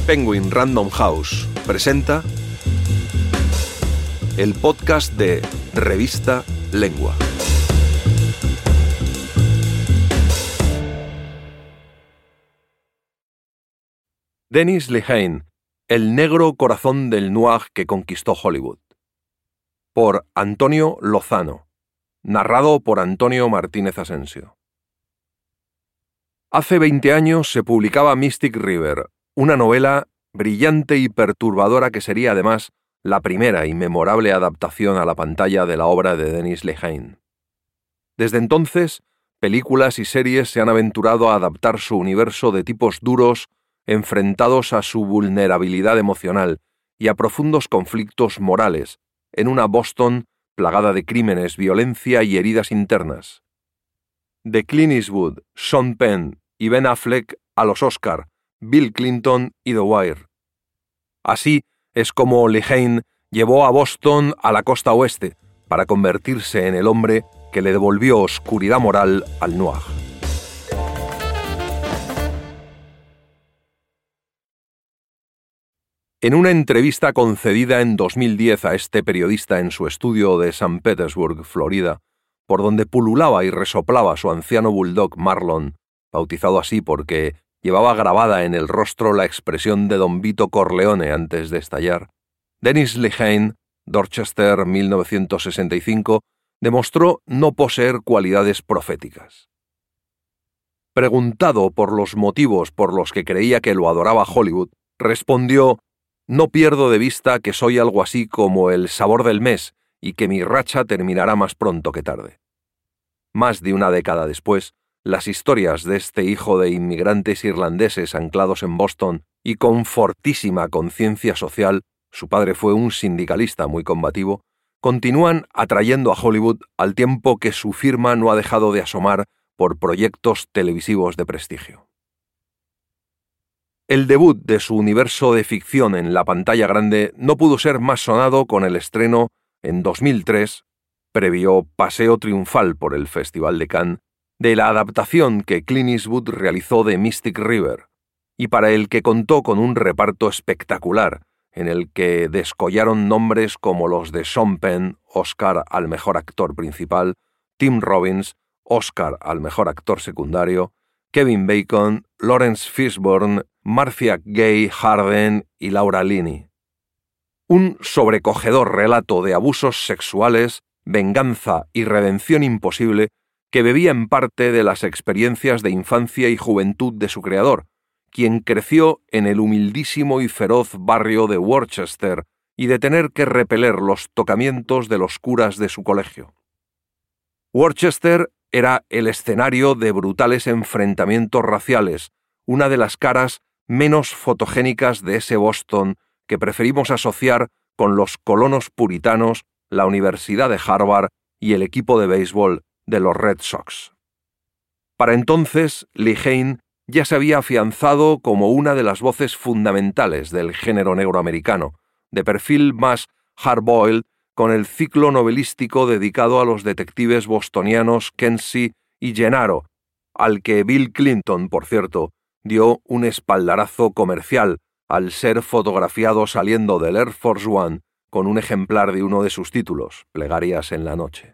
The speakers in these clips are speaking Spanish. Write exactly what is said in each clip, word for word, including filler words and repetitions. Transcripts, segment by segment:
Penguin Random House presenta el podcast de Revista Lengua. Dennis Lehane, el negro corazón del noir que conquistó Hollywood. Por Antonio Lozano. Narrado por Antonio Martínez Asensio. Hace veinte años se publicaba Mystic River, una novela brillante y perturbadora que sería además la primera y memorable adaptación a la pantalla de la obra de Dennis Lehane. Desde entonces, películas y series se han aventurado a adaptar su universo de tipos duros, enfrentados a su vulnerabilidad emocional y a profundos conflictos morales, en una Boston plagada de crímenes, violencia y heridas internas. De Clint Eastwood, Sean Penn y Ben Affleck a los Oscar, Bill Clinton y The Wire. Así es como Lehane llevó a Boston a la costa oeste para convertirse en el hombre que le devolvió oscuridad moral al noir. En una entrevista concedida en dos mil diez a este periodista en su estudio de San Petersburg, Florida, por donde pululaba y resoplaba su anciano bulldog Marlon, bautizado así porque llevaba grabada en el rostro la expresión de Don Vito Corleone antes de estallar, Dennis Lehane, Dorchester, mil novecientos sesenta y cinco, demostró no poseer cualidades proféticas. Preguntado por los motivos por los que creía que lo adoraba Hollywood, respondió: «No pierdo de vista que soy algo así como el sabor del mes y que mi racha terminará más pronto que tarde». Más de una década después, las historias de este hijo de inmigrantes irlandeses anclados en Boston y con fortísima conciencia social, su padre fue un sindicalista muy combativo, continúan atrayendo a Hollywood al tiempo que su firma no ha dejado de asomar por proyectos televisivos de prestigio. El debut de su universo de ficción en la pantalla grande no pudo ser más sonado con el estreno, en dos mil tres, previo paseo triunfal por el Festival de Cannes, de la adaptación que Clint Eastwood realizó de Mystic River, y para el que contó con un reparto espectacular, en el que descollaron nombres como los de Sean Penn, Oscar al mejor actor principal, Tim Robbins, Oscar al mejor actor secundario, Kevin Bacon, Lawrence Fishburne, Marcia Gay Harden y Laura Linney. Un sobrecogedor relato de abusos sexuales, venganza y redención imposible que bebía en parte de las experiencias de infancia y juventud de su creador, quien creció en el humildísimo y feroz barrio de Worcester y de tener que repeler los tocamientos de los curas de su colegio. Worcester era el escenario de brutales enfrentamientos raciales, una de las caras menos fotogénicas de ese Boston que preferimos asociar con los colonos puritanos, la Universidad de Harvard y el equipo de béisbol de los Red Sox. Para entonces, Lehane ya se había afianzado como una de las voces fundamentales del género negro americano, de perfil más hard-boiled, con el ciclo novelístico dedicado a los detectives bostonianos Kensi y Gennaro, al que Bill Clinton, por cierto, dio un espaldarazo comercial al ser fotografiado saliendo del Air Force One con un ejemplar de uno de sus títulos, Plegarias en la noche.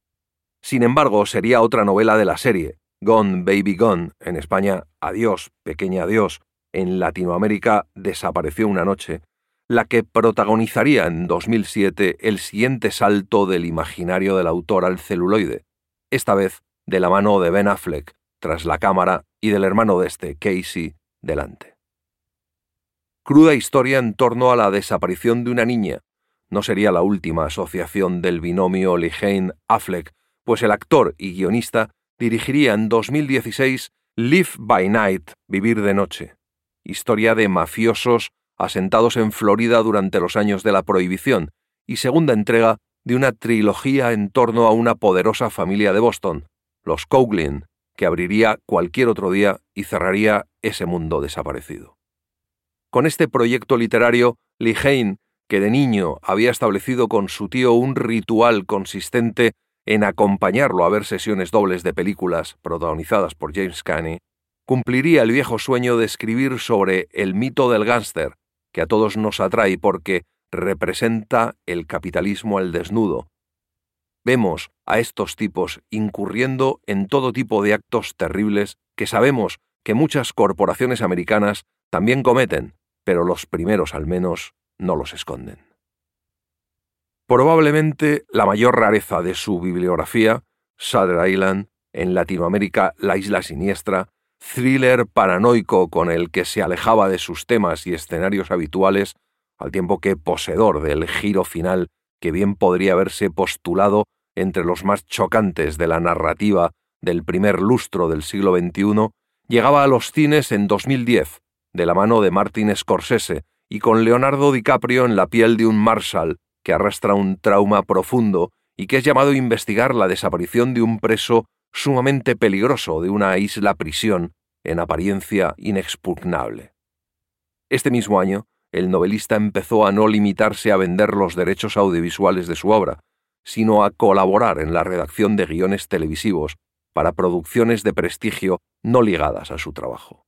Sin embargo, sería otra novela de la serie, Gone Baby Gone, en España Adiós, pequeña adiós, en Latinoamérica Desapareció una noche, la que protagonizaría en dos mil siete el siguiente salto del imaginario del autor al celuloide, esta vez de la mano de Ben Affleck, tras la cámara, y del hermano de este, Casey, delante. Cruda historia en torno a la desaparición de una niña. No sería la última asociación del binomio Lehane-Affleck, pues el actor y guionista dirigiría en dos mil dieciséis Live by Night, Vivir de Noche, historia de mafiosos asentados en Florida durante los años de la Prohibición, y segunda entrega de una trilogía en torno a una poderosa familia de Boston, los Coughlin, que abriría cualquier otro día y cerraría ese mundo desaparecido. Con este proyecto literario, Lehane, que de niño había establecido con su tío un ritual consistente en acompañarlo a ver sesiones dobles de películas protagonizadas por James Cagney, cumpliría el viejo sueño de escribir sobre el mito del gángster, que a todos nos atrae porque representa el capitalismo al desnudo. Vemos a estos tipos incurriendo en todo tipo de actos terribles que sabemos que muchas corporaciones americanas también cometen, pero los primeros al menos no los esconden. Probablemente la mayor rareza de su bibliografía, Shutter Island, en Latinoamérica La Isla Siniestra, thriller paranoico con el que se alejaba de sus temas y escenarios habituales, al tiempo que poseedor del giro final que bien podría haberse postulado entre los más chocantes de la narrativa del primer lustro del siglo veintiuno, llegaba a los cines en dos mil diez, de la mano de Martin Scorsese y con Leonardo DiCaprio en la piel de un Marshal que arrastra un trauma profundo y que es llamado a investigar la desaparición de un preso sumamente peligroso de una isla prisión en apariencia inexpugnable. Este mismo año, el novelista empezó a no limitarse a vender los derechos audiovisuales de su obra, sino a colaborar en la redacción de guiones televisivos para producciones de prestigio no ligadas a su trabajo.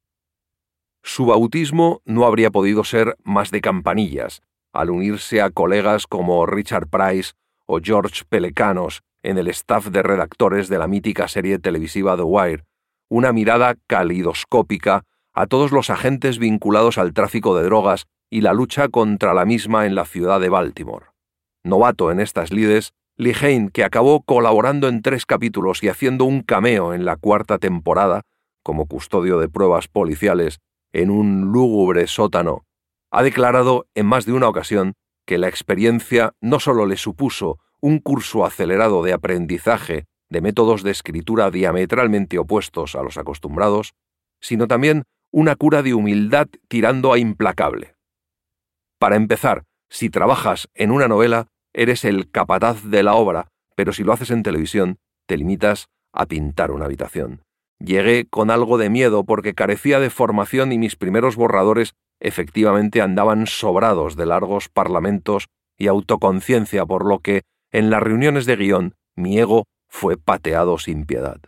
Su bautismo no habría podido ser más de campanillas, al unirse a colegas como Richard Price o George Pelecanos en el staff de redactores de la mítica serie televisiva The Wire, una mirada calidoscópica a todos los agentes vinculados al tráfico de drogas y la lucha contra la misma en la ciudad de Baltimore. Novato en estas lides, Lee Hein, que acabó colaborando en tres capítulos y haciendo un cameo en la cuarta temporada, como custodio de pruebas policiales en un lúgubre sótano, ha declarado en más de una ocasión que la experiencia no solo le supuso un curso acelerado de aprendizaje de métodos de escritura diametralmente opuestos a los acostumbrados, sino también una cura de humildad tirando a implacable. Para empezar, si trabajas en una novela, eres el capataz de la obra, pero si lo haces en televisión, te limitas a pintar una habitación. Llegué con algo de miedo porque carecía de formación y mis primeros borradores efectivamente andaban sobrados de largos parlamentos y autoconciencia, por lo que, en las reuniones de guión, mi ego fue pateado sin piedad.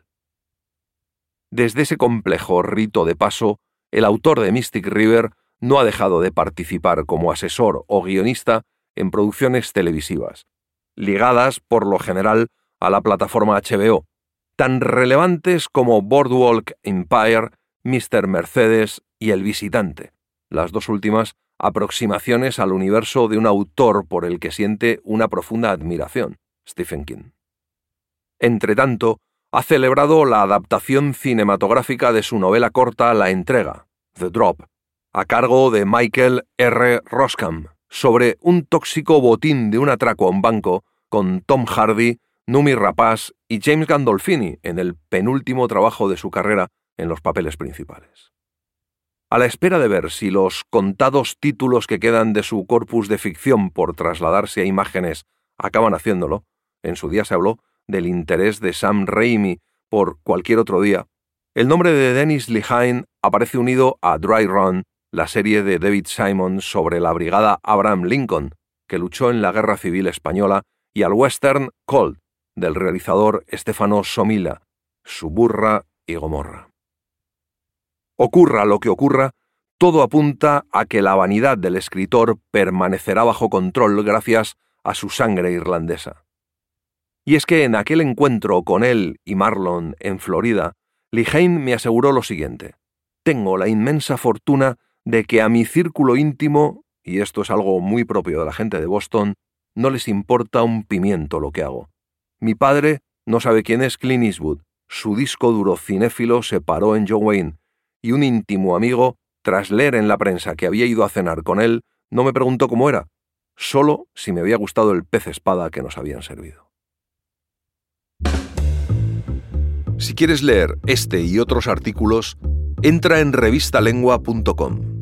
Desde ese complejo rito de paso, el autor de Mystic River no ha dejado de participar como asesor o guionista en producciones televisivas, ligadas por lo general a la plataforma H B O, tan relevantes como Boardwalk Empire, mister Mercedes y El Visitante, las dos últimas aproximaciones al universo de un autor por el que siente una profunda admiración, Stephen King. Entretanto, ha celebrado la adaptación cinematográfica de su novela corta La Entrega, The Drop, a cargo de Michael R. Roskam, sobre un tóxico botín de un atraco a un banco con Tom Hardy, Noomi Rapace y James Gandolfini en el penúltimo trabajo de su carrera en los papeles principales. A la espera de ver si los contados títulos que quedan de su corpus de ficción por trasladarse a imágenes acaban haciéndolo, en su día se habló del interés de Sam Raimi por Cualquier otro día, el nombre de Dennis Lehane aparece unido a Dry Run, la serie de David Simon sobre la brigada Abraham Lincoln, que luchó en la Guerra Civil Española, y al western Cold, del realizador Stefano Somila, Suburra y Gomorra. Ocurra lo que ocurra, todo apunta a que la vanidad del escritor permanecerá bajo control gracias a su sangre irlandesa. Y es que en aquel encuentro con él y Marlon en Florida, Lehane me aseguró lo siguiente: tengo la inmensa fortuna de que a mi círculo íntimo, y esto es algo muy propio de la gente de Boston, no les importa un pimiento lo que hago. Mi padre no sabe quién es Clint Eastwood, su disco duro cinéfilo se paró en John Wayne, y un íntimo amigo, tras leer en la prensa que había ido a cenar con él, no me preguntó cómo era, solo si me había gustado el pez espada que nos habían servido. Si quieres leer este y otros artículos, entra en revistalengua punto com.